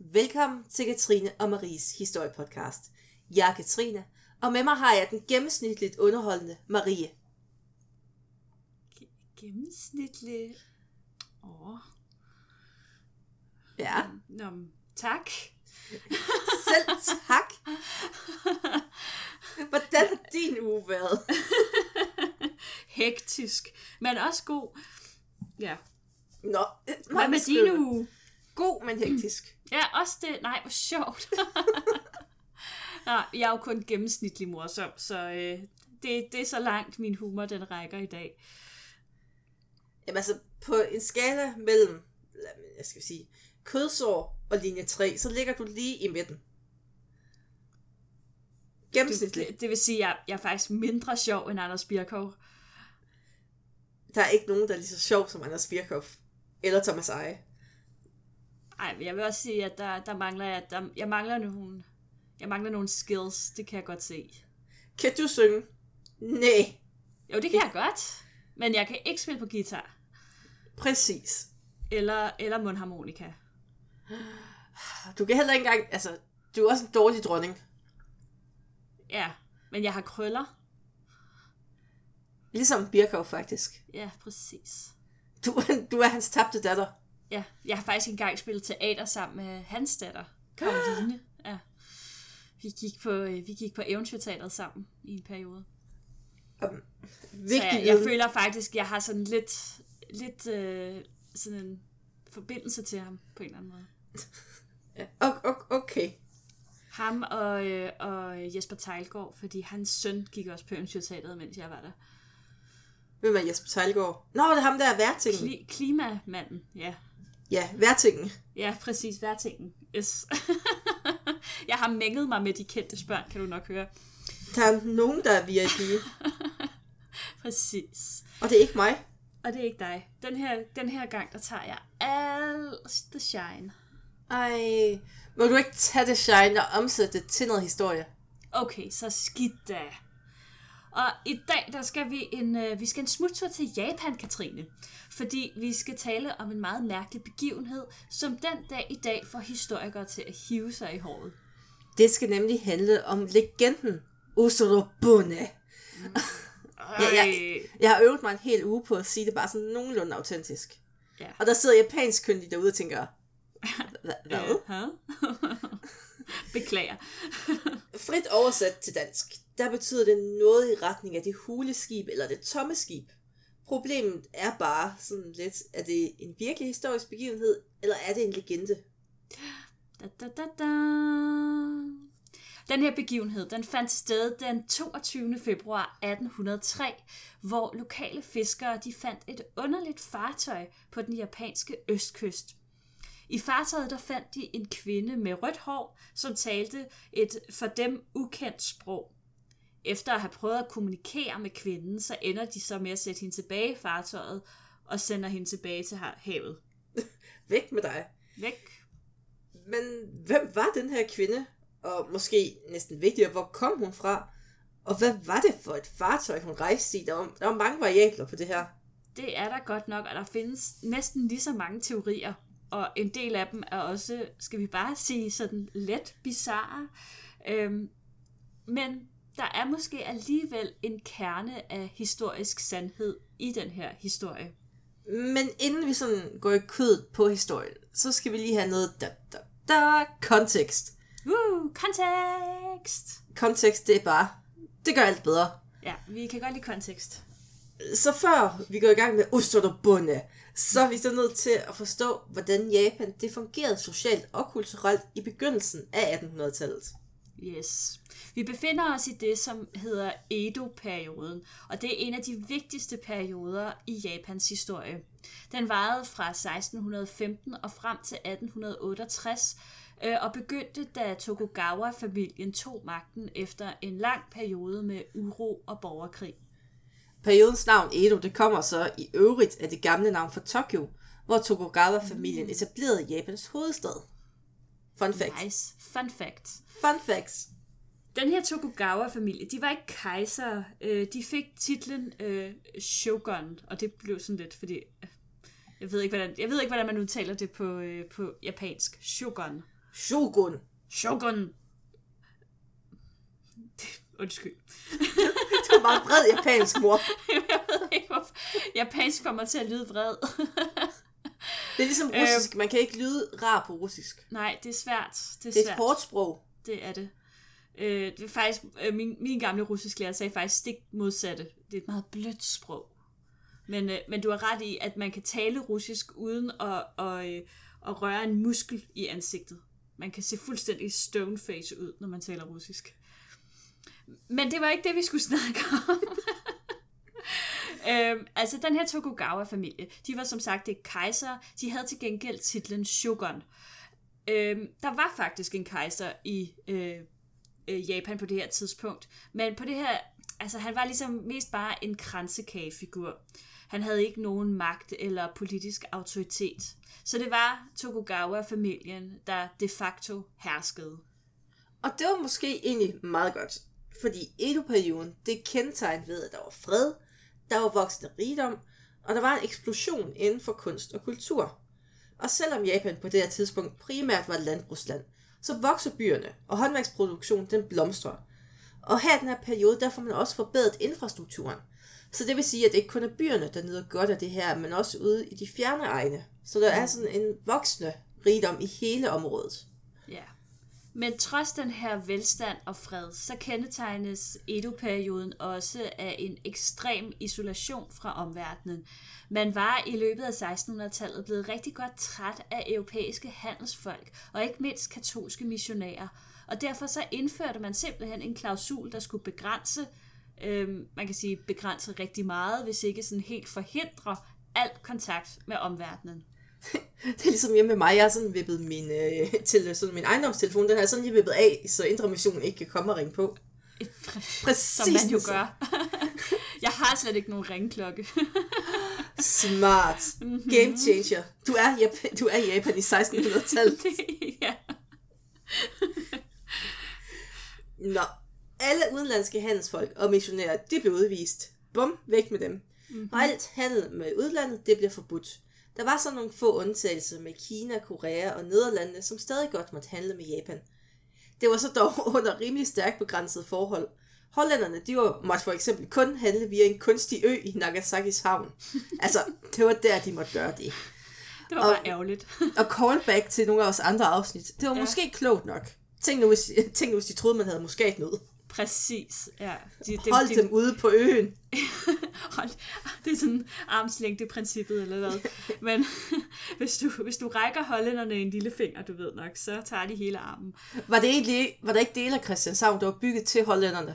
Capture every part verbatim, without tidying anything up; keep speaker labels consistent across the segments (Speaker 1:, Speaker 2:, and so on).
Speaker 1: Velkommen til Katrine og Maries historiepodcast. Jeg er Katrine, og med mig har jeg den gennemsnitligt underholdende Marie.
Speaker 2: G- gennemsnitlig? Åh. Oh.
Speaker 1: Ja.
Speaker 2: Nå, tak.
Speaker 1: Selv tak. Hvordan har din uge været?
Speaker 2: Hektisk, men også god. Ja.
Speaker 1: Nå,
Speaker 2: hvad med din uge?
Speaker 1: God, men hektisk.
Speaker 2: Ja, også det. Nej, hvor sjovt. Nå, jeg er jo kun gennemsnitlig morsom, så øh, det, det er så langt, min humor den rækker i dag.
Speaker 1: Jamen altså, på en skala mellem, jeg skal sige, kødsår og linje tre, så ligger du lige i midten. Gennemsnitlig.
Speaker 2: Det, det vil sige, at jeg, jeg er faktisk mindre sjov end Anders Birkov.
Speaker 1: Der er ikke nogen, der er lige så sjov som Anders Birkov. Eller Thomas Eje.
Speaker 2: Ej, jeg vil også sige, at der, der mangler jeg, der, jeg mangler nogle, jeg mangler nogle skills, det kan jeg godt se.
Speaker 1: Kan du synge? Nej.
Speaker 2: Jo, det kan jeg godt, men jeg kan ikke spille på guitar.
Speaker 1: Præcis.
Speaker 2: Eller, eller mundharmonika.
Speaker 1: Du kan heller ikke engang, altså, du er også en dårlig dronning.
Speaker 2: Ja, men jeg har krøller.
Speaker 1: Ligesom Birkov, faktisk.
Speaker 2: Ja, præcis.
Speaker 1: Du, du er hans tabte datter.
Speaker 2: Ja, jeg har faktisk engang spillet teater sammen med hans datter, Karoline. Ja. Vi gik på, vi gik på eventyrteateret sammen i en periode.
Speaker 1: Um,
Speaker 2: Så jeg, jeg føler faktisk, jeg har sådan lidt, lidt øh, sådan en forbindelse til ham på en eller anden måde.
Speaker 1: Ja, okay.
Speaker 2: Ham og, øh, og Jesper Teilgaard, fordi hans søn gik også på eventyrteateret, mens jeg var der.
Speaker 1: Hvem er Jesper Teilgaard? Nå, det er ham der, Værtingen.
Speaker 2: Kli- klimamanden, ja.
Speaker 1: Ja, Værtingen.
Speaker 2: Ja, præcis, Værtingen. Yes. Jeg har mænget mig med de kendte spørg, kan du nok høre.
Speaker 1: Der er nogen, der er V I P.
Speaker 2: Præcis.
Speaker 1: Og det er ikke mig.
Speaker 2: Og det er ikke dig. Den her, den her gang, der tager jeg all the shine.
Speaker 1: Ej, må du ikke tage det shine og omsætte det til noget historie?
Speaker 2: Okay, så skidt da. Og i dag, der skal vi en, øh, vi skal en smuttur til Japan, Katrine. Fordi vi skal tale om en meget mærkelig begivenhed, som den dag i dag får historikere til at hive sig i håret.
Speaker 1: Det skal nemlig handle om legenden Usorobune. Mm. jeg, jeg, jeg har øvet mig en hel uge på at sige det bare sådan nogenlunde autentisk. Ja. Og der sidder japansk kyndige derude og tænker, hvad?
Speaker 2: Beklager.
Speaker 1: Frit oversat til dansk, der betyder det noget i retning af det huleskib eller det tomme skib. Problemet er bare sådan lidt, er det en virkelig historisk begivenhed, eller er det en legende?
Speaker 2: Da, da, da, da. Den her begivenhed, den fandt sted den toogtyvende februar atten hundrede og tre, hvor lokale fiskere de fandt et underligt fartøj på den japanske østkyst. I fartøjet der fandt de en kvinde med rødt hår, som talte et for dem ukendt sprog. Efter at have prøvet at kommunikere med kvinden, så ender de så med at sætte hende tilbage i fartøjet og sender hende tilbage til havet.
Speaker 1: Væk med dig.
Speaker 2: Væk.
Speaker 1: Men hvem var den her kvinde? Og måske næsten vigtigere, hvor kom hun fra? Og hvad var det for et fartøj, hun rejste i? Der var, der var mange variabler på det her.
Speaker 2: Det er der godt nok, og der findes næsten lige så mange teorier. Og en del af dem er også, skal vi bare sige, sådan let bizarre. Øhm, men der er måske alligevel en kerne af historisk sandhed i den her historie.
Speaker 1: Men inden vi sådan går i kødet på historien, så skal vi lige have noget da, da, da, kontekst.
Speaker 2: Uh, kontekst!
Speaker 1: Kontekst, det er bare, det gør alt bedre.
Speaker 2: Ja, vi kan godt lide kontekst.
Speaker 1: Så før vi går i gang med Usorobune, så er vi så nødt til at forstå, hvordan Japan det fungerede socialt og kulturelt i begyndelsen af attenhundredetallet.
Speaker 2: Yes. Vi befinder os i det, som hedder Edo-perioden, og det er en af de vigtigste perioder i Japans historie. Den varede fra seksten femten og frem til atten otteogtres, øh, og begyndte, da Tokugawa-familien tog magten efter en lang periode med uro og borgerkrig.
Speaker 1: Periodens navn Edo, det kommer så i øvrigt af det gamle navn for Tokyo, hvor Tokugawa-familien etablerede Japans hovedstad. Fun fact.
Speaker 2: Nice. Fun fact.
Speaker 1: Fun facts.
Speaker 2: Den her Tokugawa-familie, de var ikke kejser. De fik titlen øh, shogun, og det blev sådan lidt, fordi jeg ved ikke, hvordan, jeg ved ikke, hvordan man udtaler det på, øh, på japansk. Shogun.
Speaker 1: Shogun.
Speaker 2: Shogun. Undskyld.
Speaker 1: Det var bare vred japansk, mor.
Speaker 2: Jeg ved ikke, hvorfor. Japansk får mig til at lyde vred.
Speaker 1: Det er ligesom russisk. Man kan ikke lyde rar på russisk.
Speaker 2: Nej, det er svært. Det er,
Speaker 1: det er
Speaker 2: svært.
Speaker 1: et hårdt sprog.
Speaker 2: Det er det. Øh, det er faktisk, øh, min, min gamle russisklærer sagde faktisk stik modsatte. Det er et meget blødt sprog. Men, øh, men du har ret i, at man kan tale russisk uden at, og, øh, at røre en muskel i ansigtet. Man kan se fuldstændig stoneface ud, når man taler russisk. Men det var ikke det, vi skulle snakke om. øhm, altså, den her Tokugawa-familie, de var som sagt ikke kejser. De havde til gengæld titlen Shogun. Øhm, der var faktisk en kejser i øh, øh, Japan på det her tidspunkt. Men på det her, altså, han var ligesom mest bare en kransekagefigur. Han havde ikke nogen magt eller politisk autoritet. Så det var Tokugawa-familien, der de facto herskede.
Speaker 1: Og det var måske egentlig meget godt. Fordi Edo-perioden, det er kendetegnet ved, at der var fred, der var voksende rigdom, og der var en eksplosion inden for kunst og kultur. Og selvom Japan på det her tidspunkt primært var et landbrugsland, så vokser byerne, og håndværksproduktionen den blomstrer. Og her i den her periode, der får man også forbedret infrastrukturen. Så det vil sige, at det ikke kun er byerne, der nyder godt af det her, men også ude i de fjerne egne. Så der er sådan en voksende rigdom i hele området.
Speaker 2: Ja. Men trods den her velstand og fred, så kendetegnes Edo-perioden også af en ekstrem isolation fra omverdenen. Man var i løbet af sekstenhundredetallet blevet rigtig godt træt af europæiske handelsfolk, og ikke mindst katolske missionærer. Og derfor så indførte man simpelthen en klausul, der skulle begrænse, øh, man kan sige begrænse rigtig meget, hvis ikke sådan helt forhindre alt kontakt med omverdenen.
Speaker 1: Det er ligesom hjemme med mig, jeg har sådan vippet min, øh, til sådan min ejendomstelefon, den har jeg sådan lige vippet af, så Indre Mission ikke kan komme og ringe på.
Speaker 2: Præcis. Som man jo gør. Jeg har slet ikke nogen ringklokke.
Speaker 1: Smart. Game changer. Du er, Japan, du er i Japan i sekstenhundredetallet.
Speaker 2: Ja.
Speaker 1: Nå, alle udenlandske handelsfolk og missionærer, de blev udvist. Bum, væk med dem. Mm-hmm. Og alt handel med udlandet, det bliver forbudt. Der var så nogle få undtagelser med Kina, Korea og Nederlandene, som stadig godt måtte handle med Japan. Det var så dog under rimelig stærkt begrænsede forhold. Hollænderne, de var, måtte for eksempel kun handle via en kunstig ø i Nagasakis havn. Altså, det var der, de måtte gøre det.
Speaker 2: Det var og, bare ærgerligt.
Speaker 1: Og callback til nogle af os andre afsnit. Det var ja. Måske klogt nok. Tænk nu, hvis, tænk nu, hvis de troede, man havde muskatnød.
Speaker 2: Præcis, ja.
Speaker 1: De, de, Hold de, dem ude på øen.
Speaker 2: Hold, det er sådan armslængde-princippet, eller hvad. Men hvis du, hvis du rækker hollænderne en lille finger, du ved nok, så tager de hele armen.
Speaker 1: Var det egentlig, var der ikke dele af Christianshavn, der var bygget til hollænderne?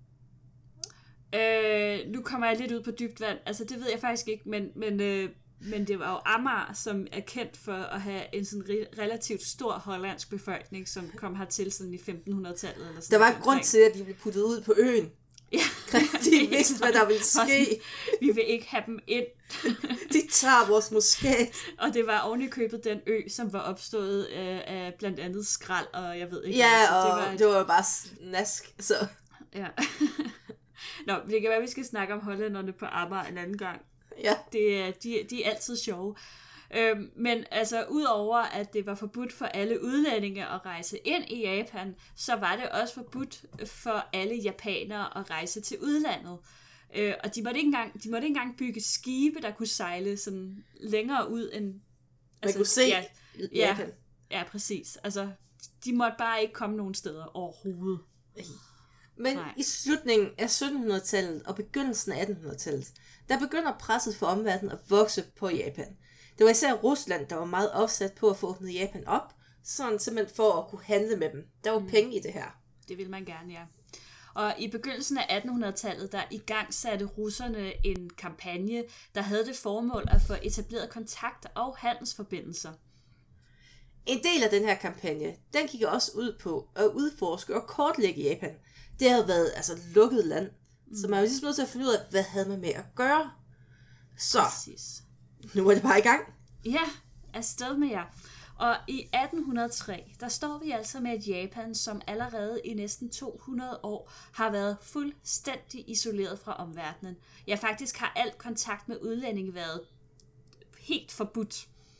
Speaker 2: Øh, nu kommer jeg lidt ud på dybt vand. Altså, det ved jeg faktisk ikke, men... men øh, Men det var jo Amager, som er kendt for at have en sådan relativt stor hollandsk befolkning, som kom hertil sådan i femtenhundredetallet. Eller sådan
Speaker 1: der var en grund til, at de blev puttet ud på øen.
Speaker 2: Ja.
Speaker 1: De vidste, hvad der ville ske.
Speaker 2: Vi vil ikke have dem ind.
Speaker 1: De tager vores muskat.
Speaker 2: Og det var ovenikøbet den ø, som var opstået øh, af blandt andet skrald, og jeg ved ikke.
Speaker 1: Ja,
Speaker 2: altså,
Speaker 1: og
Speaker 2: det var, et...
Speaker 1: det var jo bare snask. Så.
Speaker 2: Ja. Nå, det kan være, vi skal snakke om hollænderne på Amager en anden gang.
Speaker 1: Ja.
Speaker 2: Det, de, de er altid sjove. Øhm, men altså, udover at det var forbudt for alle udlændinge at rejse ind i Japan, så var det også forbudt for alle japanere at rejse til udlandet. Øh, og de måtte, ikke engang, de måtte ikke engang bygge skibe, der kunne sejle sådan længere ud end...
Speaker 1: Man
Speaker 2: altså,
Speaker 1: kunne se
Speaker 2: ja,
Speaker 1: Japan.
Speaker 2: Ja, ja, præcis. Altså, de måtte bare ikke komme nogen steder overhovedet.
Speaker 1: Men
Speaker 2: Nej.
Speaker 1: I slutningen af syttenhundredetallet og begyndelsen af attenhundredetallet, der begynder presset for omverdenen at vokse på Japan. Det var især Rusland, der var meget opsat på at få åbnet Japan op, sådan simpelthen for at kunne handle med dem. Der var mm. penge i det her.
Speaker 2: Det vil man gerne, ja. Og i begyndelsen af attenhundredetallet, der igangsatte russerne en kampagne, der havde det formål at få etableret kontakt og handelsforbindelser.
Speaker 1: En del af den her kampagne, den gik også ud på at udforske og kortlægge Japan. Det havde været altså lukket land, mm. så man var ligesom nødt til at finde ud af, hvad havde man med at gøre. Så,
Speaker 2: Præcis.
Speaker 1: Nu er det bare i gang.
Speaker 2: Ja, afsted med jer. Og i atten hundrede og tre, der står vi altså med et Japan, som allerede i næsten to hundrede år har været fuldstændig isoleret fra omverdenen. Ja, faktisk har al kontakt med udlændinge været helt forbudt.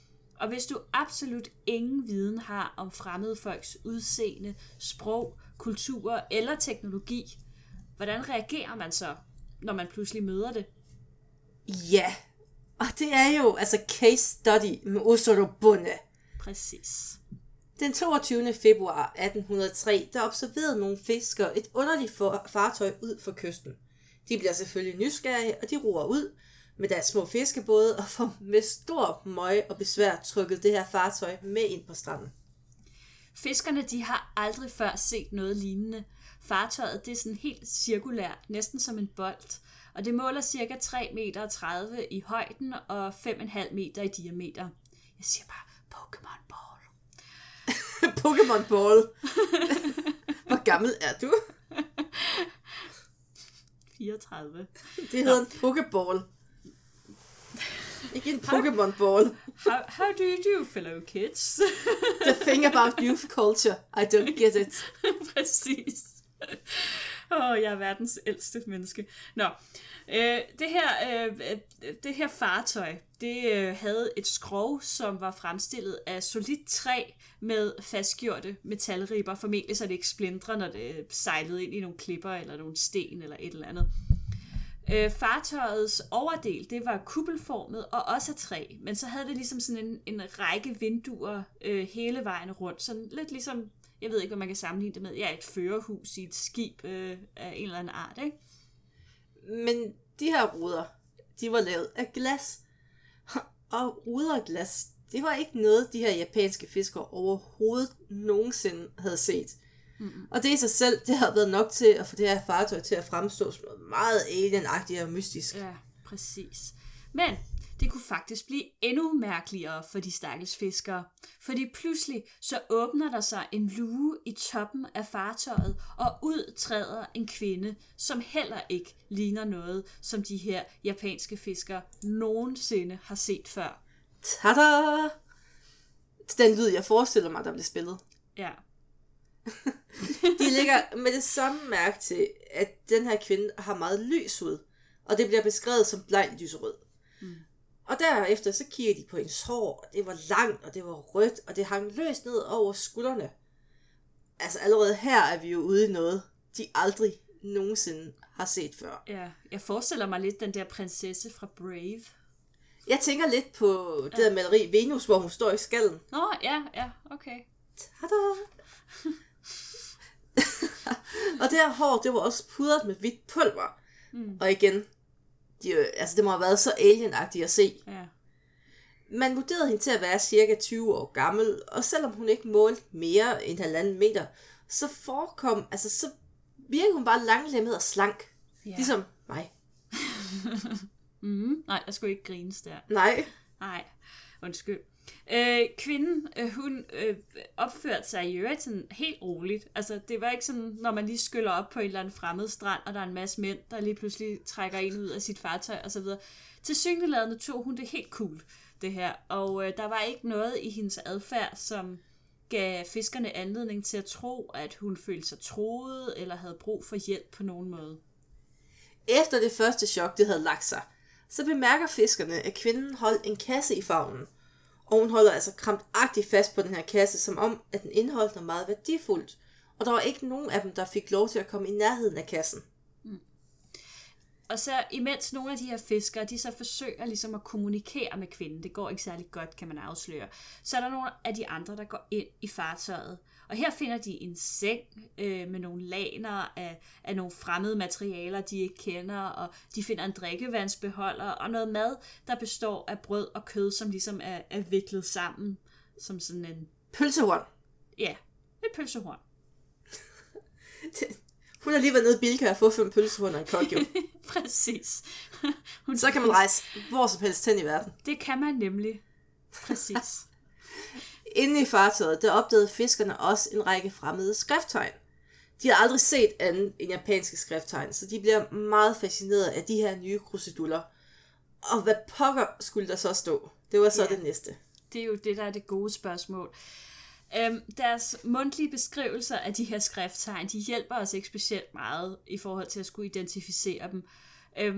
Speaker 2: Og hvis du absolut ingen viden har om fremmede folks udseende, sprog, kultur eller teknologi, hvordan reagerer man så, når man pludselig møder det?
Speaker 1: Ja, og det er jo altså case study med Usorobune.
Speaker 2: Præcis.
Speaker 1: Den toogtyvende februar atten hundrede og tre, der observerede nogle fiskere et underligt fartøj ud for kysten. De bliver selvfølgelig nysgerrige, og de roer ud med deres små fiskebåde og får med stor møg og besvær trykket det her fartøj med ind på stranden.
Speaker 2: Fiskerne, de har aldrig før set noget lignende. Fartøjet, det er sådan helt cirkulært, næsten som en bold, og det måler cirka tre komma tredive meter i højden og fem komma fem meter i diameter. Jeg siger bare Pokémon Ball.
Speaker 1: Pokémon Ball. Hvor gammel er du?
Speaker 2: fireogtredive.
Speaker 1: Det hedder en Pokéball. Ikke en Pokémon Ball.
Speaker 2: How, how do you do, fellow kids?
Speaker 1: The thing about youth culture, I don't get it.
Speaker 2: Præcis. Åh, oh, jeg er verdens ældste menneske. Nå, øh, det, her, øh, det her fartøj, det øh, havde et skrog, som var fremstillet af solidt træ med fastgjorte metalribber, formentlig så det ikke splintrer, når det sejlede ind i nogle klipper eller nogle sten eller et eller andet. Øh, fartøjets overdel, det var kuppelformet og også af træ, men så havde det ligesom sådan en, en række vinduer øh, hele vejen rundt, sådan lidt ligesom, jeg ved ikke, hvad man kan sammenligne det med, ja, et førerhus i et skib øh, af en eller anden art, ikke?
Speaker 1: Men de her ruder, de var lavet af glas, og ruder af glas, det var ikke noget, de her japanske fiskere overhovedet nogensinde havde set. Mm-hmm. Og det i sig selv, det har været nok til at få det her fartøj til at fremstå som noget meget alienagtigt og mystisk.
Speaker 2: Ja, præcis. Men det kunne faktisk blive endnu mærkeligere for de stakkels fiskere. Fordi pludselig så åbner der sig en luge i toppen af fartøjet, og ud træder en kvinde, som heller ikke ligner noget, som de her japanske fiskere nogensinde har set før.
Speaker 1: Tada! Den lyd, jeg forestiller mig, der blev spillet.
Speaker 2: Ja.
Speaker 1: De lægger med det samme mærke til, at den her kvinde har meget lys ud, og det bliver beskrevet som bleg lyserød. Mm. Og derefter så kigger de på hendes hår, og det var langt, og det var rødt, og det hang løst ned over skuldrene. Altså allerede her er vi jo ude i noget, de aldrig nogensinde har set før.
Speaker 2: Ja, jeg forestiller mig lidt den der prinsesse fra Brave.
Speaker 1: Jeg tænker lidt på det der maleri Venus, hvor hun står i skallen.
Speaker 2: Nå, ja, ja, okay.
Speaker 1: Tada! Og det her hår, det var også pudret med hvidt pulver. Mm. Og igen, de, altså det må have været så alienagtigt at se.
Speaker 2: Ja.
Speaker 1: Man vurderede hende til at være cirka tyve år gammel, og selvom hun ikke målte mere end halvanden meter, så forekom, altså så virkede hun bare langlemmet og slank. Ja. Ligesom mig.
Speaker 2: mm, nej, jeg skulle ikke grines der.
Speaker 1: Nej.
Speaker 2: Nej, undskyld. Øh, kvinden, øh, hun øh, opførte sig i øvrigt sådan helt roligt. Altså, det var ikke sådan, når man lige skyller op på en eller anden fremmed strand, og der er en masse mænd, der lige pludselig trækker en ud af sit fartøj og så videre. Tilsyneladende tog hun det helt cool, det her. Og øh, der var ikke noget i hendes adfærd, som gav fiskerne anledning til at tro, at hun følte sig truet, eller havde brug for hjælp på nogen måde.
Speaker 1: Efter det første chok, det havde lagt sig, så bemærker fiskerne, at kvinden holdt en kasse i favnen. Og hun holder altså krampagtigt fast på den her kasse, som om, at den indeholdt noget meget værdifuldt. Og der var ikke nogen af dem, der fik lov til at komme i nærheden af kassen.
Speaker 2: Mm. Og så imens nogle af de her fiskere, de så forsøger ligesom at kommunikere med kvinden, det går ikke særlig godt, kan man afsløre, så er der nogle af de andre, der går ind i fartøjet. Og her finder de en seng øh, med nogle laner af, af nogle fremmede materialer, de ikke kender, og de finder en drikkevandsbeholder og noget mad, der består af brød og kød, som ligesom er, er viklet sammen som sådan en...
Speaker 1: Pølsehorn.
Speaker 2: Ja, et pølsehorn.
Speaker 1: Hun har lige været nede i Bilka og fået fem pølsehorn og en kok, jo.
Speaker 2: Præcis.
Speaker 1: Hun så kan man rejse hvor som helst hen i verden.
Speaker 2: Det kan man nemlig. Præcis.
Speaker 1: Inde i fartøjet, der opdagede fiskerne også en række fremmede skrifttegn. De har aldrig set andet end japanske skrifttegn, så de bliver meget fascineret af de her nye kruseduller. Og hvad pokker skulle der så stå? Det var så ja, det næste.
Speaker 2: Det er jo det, der er det gode spørgsmål. Øhm, deres mundtlige beskrivelser af de her skrifttegn, de hjælper os ikke specielt meget i forhold til at skulle identificere dem. Øhm,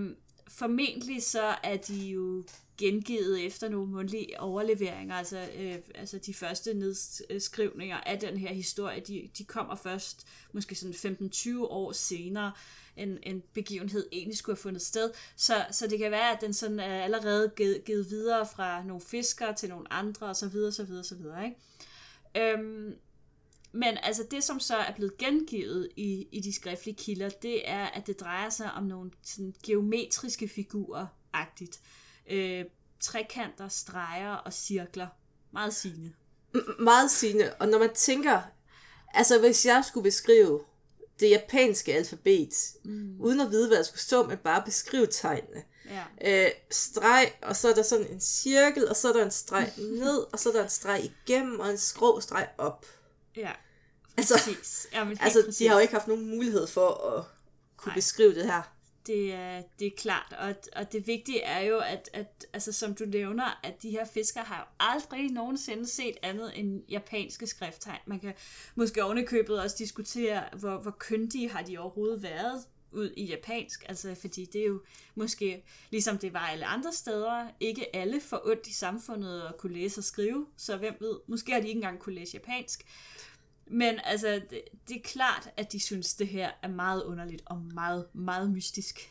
Speaker 2: formentlig så er de jo gengivet efter nogle mundtlige overleveringer, altså, øh, altså de første nedskrivninger af den her historie, de, de kommer først måske sådan femten til tyve år senere, en, en begivenhed egentlig skulle have fundet sted. Så, så det kan være, at den sådan er allerede givet, givet videre fra nogle fiskere til nogle andre, og så videre, så videre, så videre, ikke? Øhm, men altså det, som så er blevet gengivet i, i de skriftlige kilder, det er, at det drejer sig om nogle sådan geometriske figurer-agtigt. Øh, trekanter, streger og cirkler. Meget sigende.
Speaker 1: M- meget sigende. Og når man tænker, altså hvis jeg skulle beskrive det japanske alfabet, mm. uden at vide, hvad der skulle stå, men bare beskrive tegnene. Ja. Øh, streg, og så er der sådan en cirkel, og så er der en streg ned, og så er der en streg igennem, og en skrå streg op.
Speaker 2: Ja,
Speaker 1: altså,
Speaker 2: præcis. Ja, men
Speaker 1: altså
Speaker 2: præcis.
Speaker 1: De har jo ikke haft nogen mulighed for at kunne Nej. beskrive det her.
Speaker 2: Det er, det er klart, og, og det vigtige er jo, at, at altså, som du nævner, at de her fiskere har jo aldrig nogensinde set andet end japanske skrifttegn. Man kan måske ovenikøbet også diskutere, hvor, hvor kyndige har de overhovedet været ud i japansk, altså fordi det er jo måske, ligesom det var alle andre steder, ikke alle for ondt i samfundet at kunne læse og skrive, så hvem ved, måske har de ikke engang kunne læse japansk. Men altså, det, det er klart, at de synes, det her er meget underligt og meget, meget mystisk.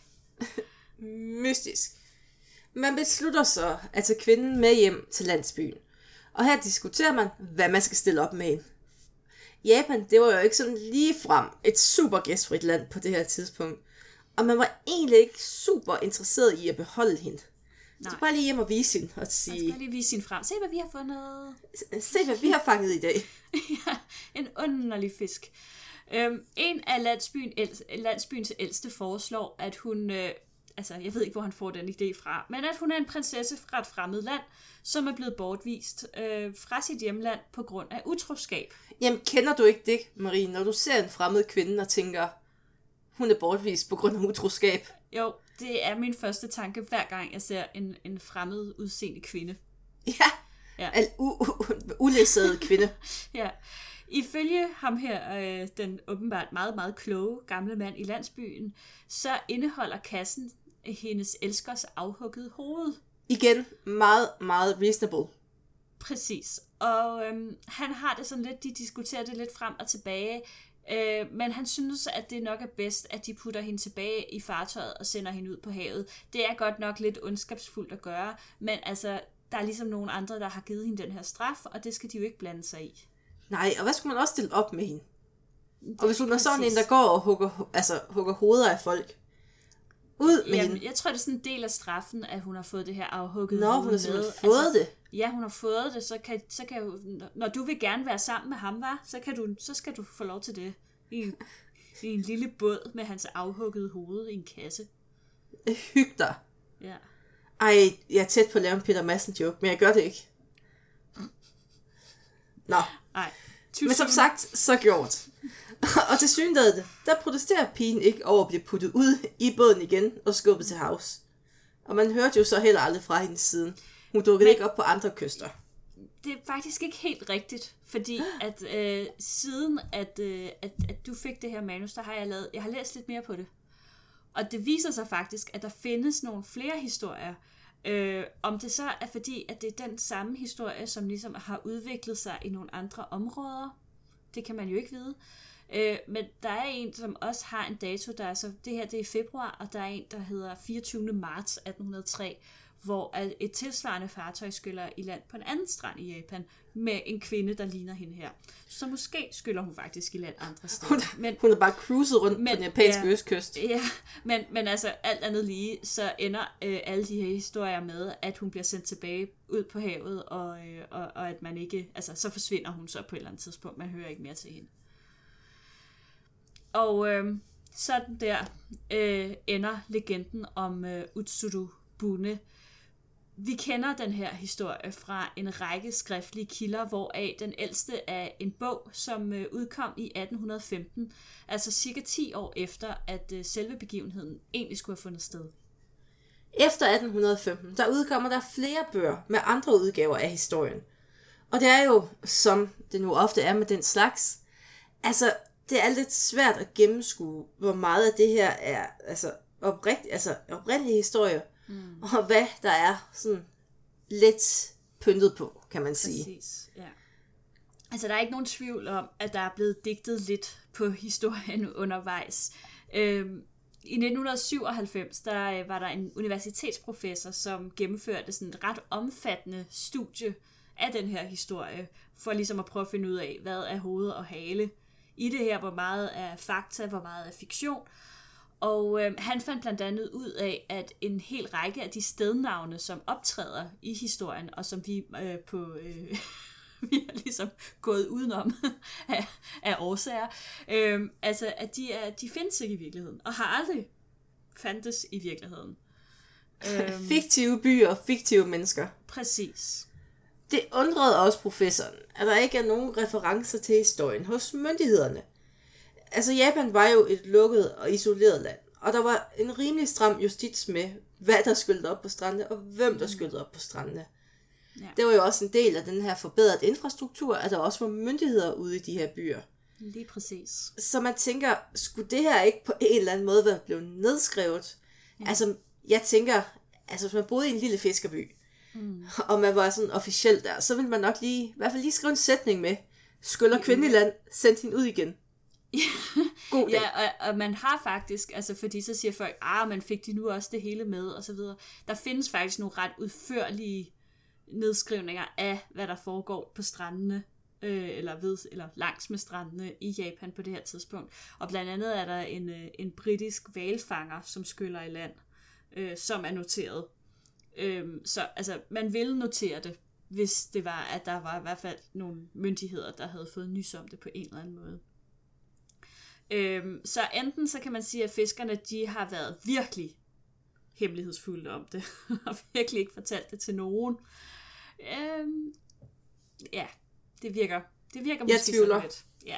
Speaker 1: Mystisk. Man beslutter så at tage kvinden med hjem til landsbyen. Og her diskuterer man, hvad man skal stille op med hende. Japan, det var jo ikke sådan lige frem et super gæstfrit land på det her tidspunkt. Og man var egentlig ikke super interesseret i at beholde hende. Nej. Så bare lige hjem og vise hende og sige...
Speaker 2: Man skal lige vise hende frem. Se, hvad vi har fundet.
Speaker 1: Se, hvad vi har fanget i dag.
Speaker 2: Ja, en underlig fisk. Øhm, en af landsbyen, landsbyens ældste foreslår, at hun... Øh, altså, jeg ved ikke, hvor han får den idé fra, men at hun er en prinsesse fra et fremmed land, som er blevet bortvist øh, fra sit hjemland på grund af utroskab.
Speaker 1: Jamen, kender du ikke det, Marie, når du ser en fremmed kvinde og tænker, hun er bortvist på grund af utroskab?
Speaker 2: Jo, det er min første tanke, hver gang jeg ser en, en fremmed udseende kvinde.
Speaker 1: Ja, ja. En u- u- uledsagede kvinde.
Speaker 2: Ja. Ifølge ham her, øh, den åbenbart meget, meget kloge gamle mand i landsbyen, så indeholder kassen hendes elskers afhuggede hoved.
Speaker 1: Igen, meget, meget reasonable.
Speaker 2: Præcis. Og øhm, han har det sådan lidt, de diskuterer det lidt frem og tilbage, øh, men han synes, at det nok er bedst, at de putter hende tilbage i fartøjet og sender hende ud på havet. Det er godt nok lidt ondskabsfuldt at gøre, men altså, der er ligesom nogle andre, der har givet hende den her straf, og det skal de jo ikke blande sig i.
Speaker 1: Nej, og hvad skulle man også stille op med hende? Og hvis hun er sådan en, der går og hugger, altså, hugger hoveder af folk. Ud med
Speaker 2: Jamen,
Speaker 1: hende.
Speaker 2: Jeg tror, det er sådan en del af straffen, at hun har fået det her afhugget.
Speaker 1: Nå, hun har simpelthen fået altså, det.
Speaker 2: Ja, hun har fået det, så kan, så kan jo, når du vil gerne være sammen med ham, var, så, kan du, så skal du få lov til det. I, i en lille båd med hans afhuggede hoved i en kasse.
Speaker 1: Hyg dig.
Speaker 2: Ja.
Speaker 1: Ej, jeg er tæt på at lave en Peter Madsen joke, men jeg gør det ikke. Nå.
Speaker 2: Ej.
Speaker 1: Men som sagt, så gjort. Og til synligheden, der protesterer pigen ikke over at blive puttet ud i båden igen og skubbet til havs. Og man hørte jo så heller aldrig fra hendes siden. Hun dukkede Men, ikke op på andre kyster.
Speaker 2: Det er faktisk ikke helt rigtigt, fordi at øh, siden at, øh, at, at du fik det her manus, der har jeg lavet, jeg har læst lidt mere på det. Og det viser sig faktisk, at der findes nogle flere historier. Øh, om det så er fordi, at det er den samme historie, som ligesom har udviklet sig i nogle andre områder, det kan man jo ikke vide. Øh, men der er en, som også har en dato, der er så, det her det er i februar, og der er en, der hedder fireogtyvende marts atten hundrede og tre, hvor et tilsvarende fartøj skyller i land på en anden strand i Japan, med en kvinde, der ligner hende her. Så måske skyller hun faktisk i land andre steder.
Speaker 1: Hun, men, hun er bare cruiset rundt men, på den japanske
Speaker 2: ja,
Speaker 1: østkyst.
Speaker 2: Ja, men, men altså alt andet lige, så ender øh, alle de her historier med, at hun bliver sendt tilbage ud på havet, og, øh, og, og at man ikke, altså så forsvinder hun så på et eller andet tidspunkt. Man hører ikke mere til hende. Og øh, sådan der øh, ender legenden om øh, Utsuro Bune. Vi kender den her historie fra en række skriftlige kilder, hvoraf den ældste er en bog, som øh, udkom i atten hundrede og femten, altså cirka ti år efter, at øh, selve begivenheden egentlig skulle have fundet sted.
Speaker 1: Efter atten hundrede og femten, der udkommer der flere bøger med andre udgaver af historien. Og det er jo, som det nu ofte er med den slags, altså det er lidt svært at gennemskue, hvor meget af det her er altså oprigt, altså oprindelige historie, mm. og hvad der er sådan lidt pyntet på, kan man sige.
Speaker 2: Præcis, ja. Altså, der er ikke nogen tvivl om, at der er blevet digtet lidt på historien undervejs. Øhm, I nitten syvoghalvfems, der var der en universitetsprofessor, som gennemførte sådan et ret omfattende studie af den her historie, for ligesom at prøve at finde ud af, hvad er hoved og hale i det her, hvor meget er fakta, hvor meget er fiktion. Og øh, han fandt blandt andet ud af, at en hel række af de stednavne, som optræder i historien, og som vi øh, på øh, vi har ligesom gået udenom af, af årsager, øh, altså at de, er, de findes ikke i virkeligheden, og har aldrig fandtes i virkeligheden.
Speaker 1: Øh, fiktive byer, fiktive mennesker.
Speaker 2: Præcis.
Speaker 1: Det undrede også professoren, at der ikke er nogen referencer til historien hos myndighederne. Altså Japan var jo et lukket og isoleret land, og der var en rimelig stram justits med, hvad der skyldte op på strandene, og hvem der skyldte op på strandene. Ja. Det var jo også en del af den her forbedrede infrastruktur, at der også var myndigheder ude i de her byer.
Speaker 2: Lige præcis.
Speaker 1: Så man tænker, skulle det her ikke på en eller anden måde være blevet nedskrevet? Ja. Altså, jeg tænker, altså hvis man boede i en lille fiskerby, mm. og man var sådan officielt der, så ville man nok lige, i hvert fald lige skrive en sætning med, skyller kvindeland, send hende ud igen. God dag.
Speaker 2: Ja, og, og man har faktisk, altså fordi så siger folk, ah, man fik de nu også det hele med, og så videre. Der findes faktisk nogle ret udførlige nedskrivninger af, hvad der foregår på strandene, øh, eller ved, eller langs med strandene i Japan på det her tidspunkt. Og blandt andet er der en, øh, en britisk hvalfanger, som skyller i land, øh, som er noteret. Øh, så altså, man ville notere det, hvis det var, at der var i hvert fald nogle myndigheder, der havde fået nys om det på en eller anden måde. Øhm, så enten så kan man sige, at fiskerne de har været virkelig hemmelighedsfulde om det, og virkelig ikke fortalt det til nogen. Øhm, ja, det virker, det virker
Speaker 1: måske sådan
Speaker 2: lidt. Ja.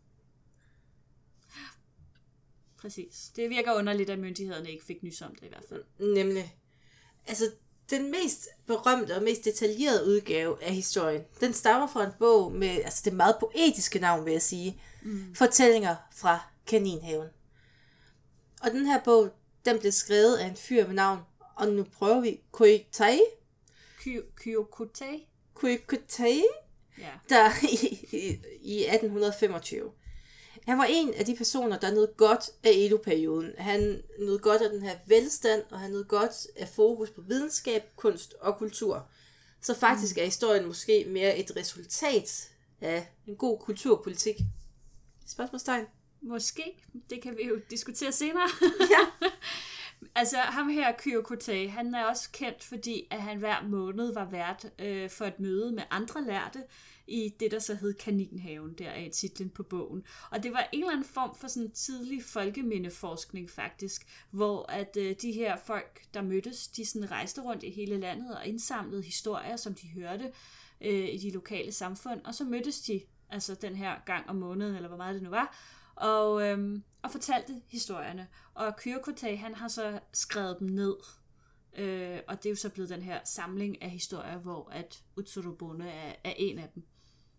Speaker 2: Præcis. Det virker underligt, at myndighederne ikke fik nys om det i hvert fald.
Speaker 1: Nemlig. Altså, den mest berømte og mest detaljerede udgave af historien, den stammer fra en bog med, altså det meget poetiske navn, vil jeg sige, mm. Fortællinger fra Kaninhaven. Og den her bog, den blev skrevet af en fyr ved navn, og nu prøver vi, Koitai?
Speaker 2: Kyokutai?
Speaker 1: Koitai?
Speaker 2: Ja.
Speaker 1: Der i, i, i atten femogtyve. Han var en af de personer, der nød godt af Edo-perioden. Han nød godt af den her velstand, og han nød godt af fokus på videnskab, kunst og kultur. Så faktisk er historien måske mere et resultat af en god kulturpolitik. Spørgsmålstegn?
Speaker 2: Måske. Det kan vi jo diskutere senere.
Speaker 1: Ja.
Speaker 2: Altså ham her, Kyokutai, han er også kendt, fordi at han hver måned var vært øh, for et møde med andre lærte i det, der så hed Kaninhaven, der er titlen på bogen. Og det var en eller anden form for sådan tidlig folkemindeforskning faktisk, hvor at øh, de her folk, der mødtes, de sådan rejste rundt i hele landet og indsamlede historier, som de hørte øh, i de lokale samfund, og så mødtes de altså den her gang om måneden, eller hvor meget det nu var, og, øhm, og fortalte historierne. Og Kyokutai, han har så skrevet dem ned, øh, og det er jo så blevet den her samling af historier, hvor at Utsurobune er, er en af dem.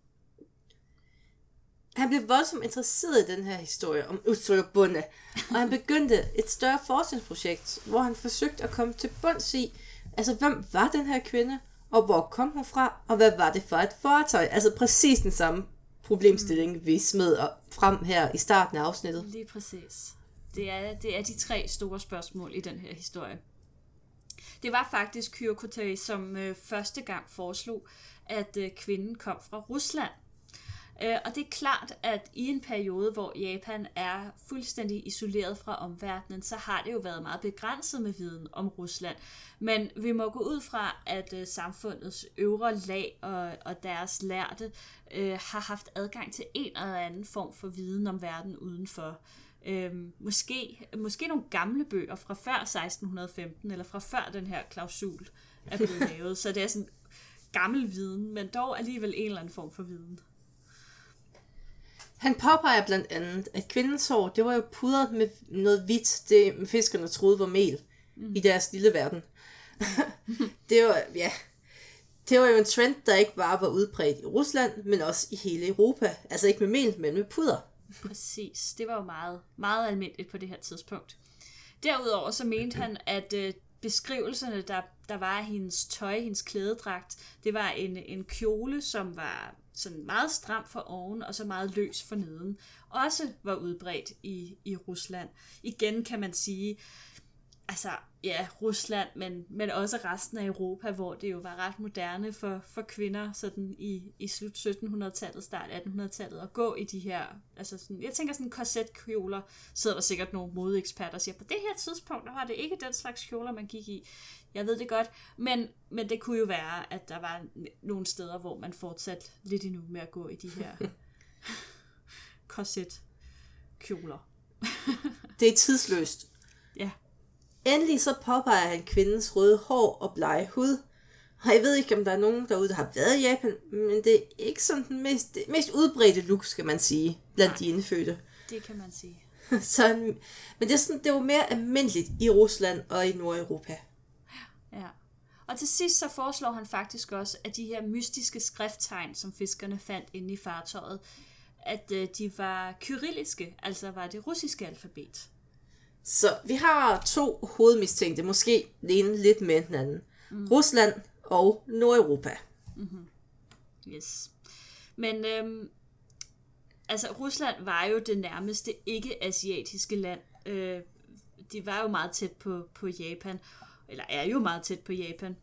Speaker 1: Han blev voldsomt interesseret i den her historie om Utsurobune, og han begyndte et større forskningsprojekt, hvor han forsøgte at komme til bunds i, altså hvem var den her kvinde, og hvor kom hun fra, og hvad var det for et fartøj? Altså præcis den samme problemstilling, mm. vi smed frem her i starten af afsnittet.
Speaker 2: Lige præcis. Det er, det er de tre store spørgsmål i den her historie. Det var faktisk Kyokutai, som øh, første gang foreslog, at øh, kvinden kom fra Rusland. Øh, og det er klart, at i en periode, hvor Japan er fuldstændig isoleret fra omverdenen, så har det jo været meget begrænset med viden om Rusland. Men vi må gå ud fra, at øh, samfundets øvre lag og, og deres lærte øh, har haft adgang til en eller anden form for viden om verden udenfor. Øhm, måske, måske nogle gamle bøger fra før seksten femten, eller fra før den her klausul er blevet lavet. Så det er sådan gammel viden, men dog alligevel en eller anden form for viden.
Speaker 1: Han påpeger blandt andet, at kvindens hår, det var jo pudret med noget hvidt, det fiskerne troede var mel mm. i deres lille verden. det var, ja, det var jo en trend, der ikke bare var udbredt i Rusland, men også i hele Europa. Altså ikke med mel, men med puder.
Speaker 2: Præcis. Det var jo meget, meget almindeligt på det her tidspunkt. Derudover så mente han, at øh, beskrivelserne, der, der var af hendes tøj, hendes klædedragt, det var en, en kjole, som var sådan meget stram for oven, og så meget løs for neden. Også var udbredt i, i Rusland. Igen kan man sige, altså ja, Rusland, men, men også resten af Europa, hvor det jo var ret moderne for, for kvinder sådan i, i slut syttenhundredetallet, start attenhundredetallet, at gå i de her, altså sådan, jeg tænker sådan korsetkjoler, sidder der sikkert nogle modeeksperter og siger, på det her tidspunkt, der var det ikke den slags kjoler, man gik i. Jeg ved det godt, men, men det kunne jo være, at der var nogle steder, hvor man fortsatte lidt endnu med at gå i de her korsetkjoler.
Speaker 1: Det er tidsløst.
Speaker 2: Ja.
Speaker 1: Endelig så påpeger han kvindens røde hår og blege hud. Og jeg ved ikke, om der er nogen derude, der har været i Japan, men det er ikke sådan den mest, mest udbredte look, skal man sige, blandt Nej, de indfødte.
Speaker 2: Det kan man sige.
Speaker 1: så, men det er, sådan, det er jo mere almindeligt i Rusland og i Nordeuropa.
Speaker 2: Ja. Og til sidst så foreslår han faktisk også, at de her mystiske skrifttegn, som fiskerne fandt inde i fartøjet, at de var kyrilliske, altså var det russiske alfabet.
Speaker 1: Så vi har to hovedmistænkte, måske den ene lidt mere end den anden. Mm. Rusland og Nordeuropa.
Speaker 2: Mm-hmm. Yes. Men øhm, altså Rusland var jo det nærmeste ikke-asiatiske land. Øh, de var jo meget tæt på, på Japan, eller er jo meget tæt på Japan.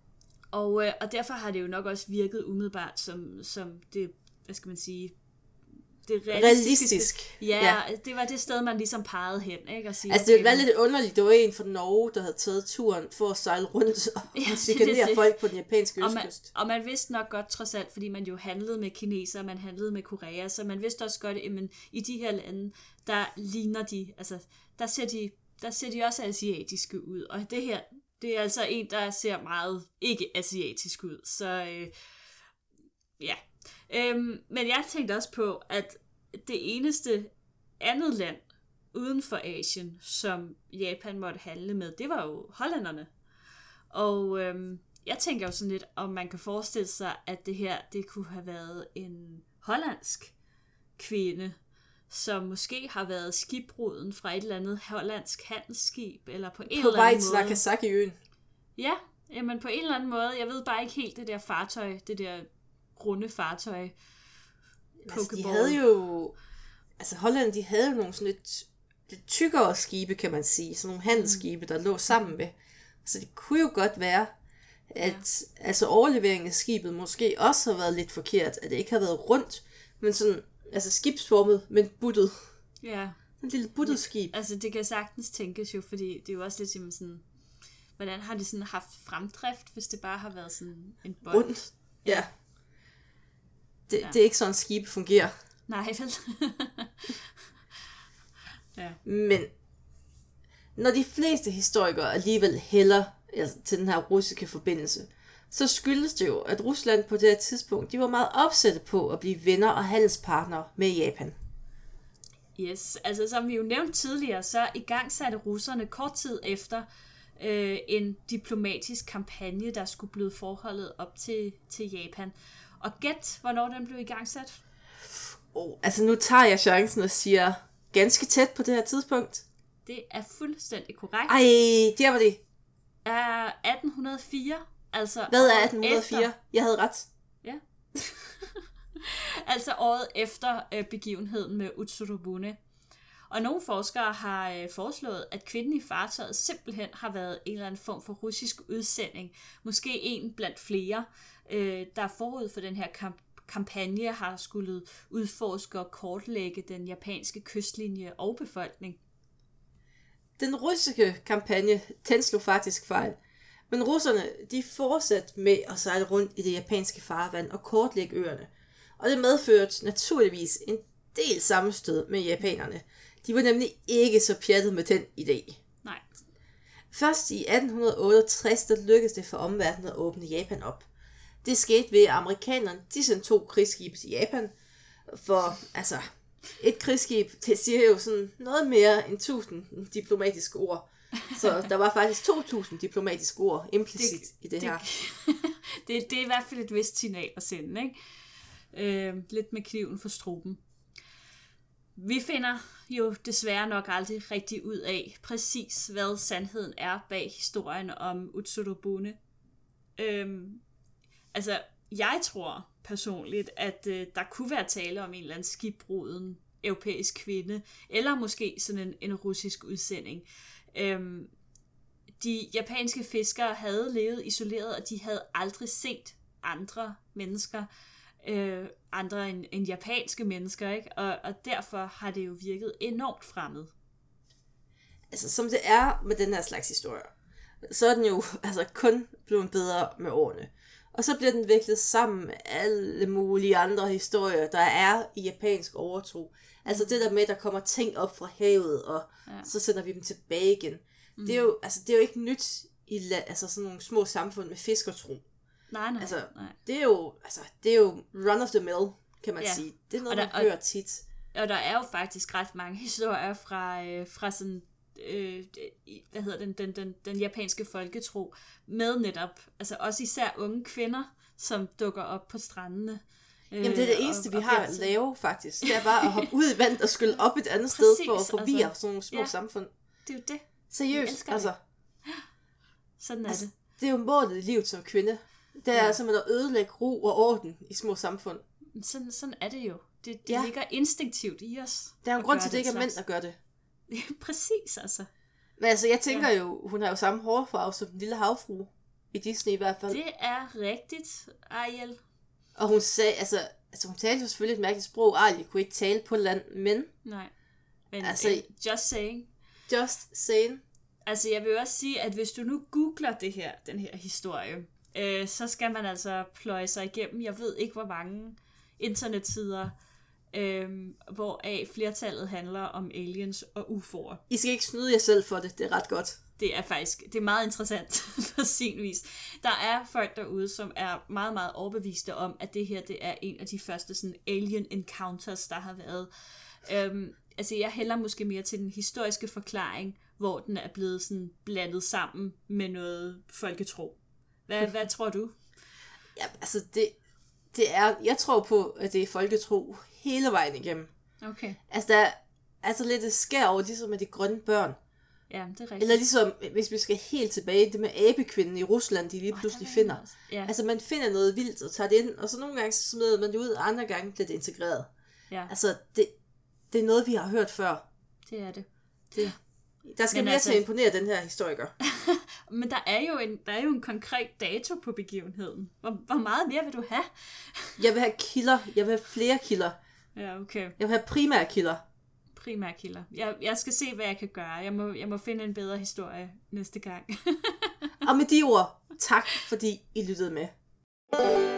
Speaker 2: Og, øh, og derfor har det jo nok også virket umiddelbart som, som det, hvad skal man sige, det
Speaker 1: realistisk.
Speaker 2: Ja, ja, det var det sted, man ligesom pegede hen, ikke? Og sige,
Speaker 1: altså, det var lidt underligt. Det var en fra Norge, der havde taget turen for at sejle rundt og ja, chikanere folk på den japanske østkyst.
Speaker 2: Og man, og man vidste nok godt, trods alt, fordi man jo handlede med kinesere, man handlede med Korea, så man vidste også godt, at men, i de her lande, der ligner de, altså, der ser de, der ser de også asiatiske ud. Og det her, det er altså en, der ser meget ikke-asiatisk ud. Så øh, ja. Øhm, men jeg tænkte også på, at det eneste andet land uden for Asien, som Japan måtte handle med, det var jo hollænderne. Og øhm, jeg tænker jo sådan lidt, om man kan forestille sig, at det her, det kunne have været en hollandsk kvinde, som måske har været skibbruden fra et eller andet hollandsk handelsskib, eller på en
Speaker 1: på
Speaker 2: eller anden måde.
Speaker 1: På vej til Nagasaki-øen.
Speaker 2: Ja, jamen på en eller anden måde. Jeg ved bare ikke helt det der fartøj, det der runde fartøj.
Speaker 1: Altså, de havde jo, altså Holland, de havde jo nogle sådan lidt, lidt tykkere skibe, kan man sige, sådan nogle handelsskibe, der lå sammen med. Så det kunne jo godt være, at ja. altså overleveringen af skibet måske også har været lidt forkert, at det ikke har været rundt, men sådan, altså skibsformet, men buttet.
Speaker 2: Ja.
Speaker 1: En lille buttet skib.
Speaker 2: Altså det kan sagtens tænkes jo, fordi det er jo også lidt sådan, hvordan har de sådan haft fremdrift, hvis det bare har været sådan en bold?
Speaker 1: Rundt, ja. ja. Det, ja. det er ikke sådan, skib fungerer.
Speaker 2: Nej, vel?
Speaker 1: ja. Men når de fleste historikere alligevel hælder altså, til den her russiske forbindelse, så skyldes det jo, at Rusland på det her tidspunkt, de var meget opsatte på at blive venner og handelspartnere med Japan.
Speaker 2: Yes, altså som vi jo nævnte tidligere, så igangsatte russerne kort tid efter øh, en diplomatisk kampagne, der skulle blive forholdet op til, til Japan. Og gæt, hvornår den blev igangsat?
Speaker 1: Oh, altså nu tager jeg chancen og siger ganske tæt på det her tidspunkt.
Speaker 2: Det er fuldstændig korrekt.
Speaker 1: Ej, der var det.
Speaker 2: Er atten hundrede og fire. Altså
Speaker 1: hvad er atten hundrede og fire? Efter... Jeg havde ret.
Speaker 2: Ja. altså året efter øh, begivenheden med Utsurubune. Og nogle forskere har øh, foreslået, at kvinden i fartøjet simpelthen har været en eller anden form for russisk udsending. Måske en blandt flere, øh, der forud for den her kamp- kampagne har skulle udforske og kortlægge den japanske kystlinje og befolkning.
Speaker 1: Den russiske kampagne, den slog faktisk fejl. Men russerne, de fortsatte med at sejle rundt i det japanske farvand og kortlægge øerne. Og det medførte naturligvis en del sammenstød med japanerne. De var nemlig ikke så pjattet med den idé.
Speaker 2: Nej.
Speaker 1: Først i atten otteogtres, der lykkedes det for omverdenen at åbne Japan op. Det skete ved, at amerikanerne de sendte to krigsskibe til Japan. For altså, et krigsskib, det siger jo sådan noget mere end tusind diplomatiske ord. Så der var faktisk to tusind diplomatiske ord implicit det, i det, det her.
Speaker 2: det, det er i hvert fald et vist signal at sende, ikke? Øh, lidt med kniven for struben. Vi finder jo desværre nok aldrig rigtig ud af præcis, hvad sandheden er bag historien om Utsurubune. Øhm, altså, jeg tror personligt, at øh, der kunne være tale om en eller anden skibbruden europæisk kvinde, eller måske sådan en, en russisk udsending. Øhm, de japanske fiskere havde levet isoleret, og de havde aldrig set andre mennesker, øh, andre end, end japanske mennesker, ikke? Og, og derfor har det jo virket enormt fremmed.
Speaker 1: Altså, som det er med den her slags historier, så er den jo altså kun blevet bedre med årene. Og så bliver den viklet sammen med alle mulige andre historier, der er i japansk overtro. Altså det der med, at der kommer ting op fra havet, og ja. så sender vi dem tilbage igen. Mm. Det, er jo, altså, det er jo ikke nyt i la- altså sådan nogle små samfund med fiskertro.
Speaker 2: Nej, nej,
Speaker 1: altså,
Speaker 2: nej.
Speaker 1: Det er jo, altså, det er jo run of the mill, kan man ja. sige. Det er noget, der, man hører og, tit.
Speaker 2: Og der er jo faktisk ret mange historier fra, øh, fra sådan, øh, hvad hedder den, den, den, den japanske folketro, med netop, altså også især unge kvinder, som dukker op på strandene.
Speaker 1: Jamen det er det eneste, og, vi har at lave faktisk. Det er bare at hoppe ud i vandet og skylle op et andet Præcis, sted for at forvirre altså, sådan nogle små ja, samfund.
Speaker 2: Det er jo det.
Speaker 1: Seriøst, altså.
Speaker 2: Det. Sådan er
Speaker 1: altså,
Speaker 2: det.
Speaker 1: Det er jo målet i livet som kvinde. Det er ja. simpelthen at ødelægge ro og orden i små samfund.
Speaker 2: Sådan, sådan er det jo. Det, det
Speaker 1: ja.
Speaker 2: ligger instinktivt i os.
Speaker 1: Der er jo en grund til, at det ikke er mænd, der gør det.
Speaker 2: Præcis, altså.
Speaker 1: Men altså, jeg tænker ja. jo, hun har jo samme hårfarve som den lille havfrue. I Disney i hvert fald.
Speaker 2: Det er rigtigt, Ariel.
Speaker 1: Og hun sagde, altså, altså hun talte jo selvfølgelig et mærkeligt sprog. Ariel kunne ikke tale på land, men...
Speaker 2: Nej, men
Speaker 1: altså,
Speaker 2: just saying.
Speaker 1: Just saying.
Speaker 2: Altså, jeg vil også sige, at hvis du nu googler det her, den her historie, øh, så skal man altså pløje sig igennem, jeg ved ikke, hvor mange internetsider, øh, hvoraf flertallet handler om aliens og U F O'er.
Speaker 1: I skal ikke snyde jer selv for det, det er ret godt.
Speaker 2: Det er faktisk, det er meget interessant på sin vis. Der er folk derude, som er meget, meget overbeviste om, at det her, det er en af de første sådan alien encounters, der har været. Øhm, altså, jeg hælder måske mere til den historiske forklaring, hvor den er blevet sådan blandet sammen med noget folketro. Hvad, hvad tror du?
Speaker 1: Ja, altså, det, det er, jeg tror på, at det er folketro hele vejen igennem.
Speaker 2: Okay.
Speaker 1: Altså, der er altså lidt et skær over, ligesom med de grønne børn.
Speaker 2: Ja, det er rigtigt.
Speaker 1: Eller ligesom, hvis vi skal helt tilbage, det med abekvinden i Rusland, de lige oh, pludselig finder.
Speaker 2: Ja.
Speaker 1: Altså, man finder noget vildt og tager det ind, og så nogle gange så smider man det ud, og andre gange bliver det integreret.
Speaker 2: Ja.
Speaker 1: Altså, det, det er noget, vi har hørt før.
Speaker 2: Det er det.
Speaker 1: det. Der skal Men mere altså, til at imponere den her historiker.
Speaker 2: Men der er, jo en, der er jo en konkret dato på begivenheden. Hvor, hvor meget mere vil du have?
Speaker 1: Jeg vil have kilder. Jeg vil have flere kilder.
Speaker 2: Ja, okay.
Speaker 1: Jeg vil have primære kilder.
Speaker 2: Primære kilder. Jeg, jeg skal se, hvad jeg kan gøre. Jeg må, jeg må finde en bedre historie næste gang.
Speaker 1: Og med de ord, tak fordi I lyttede med.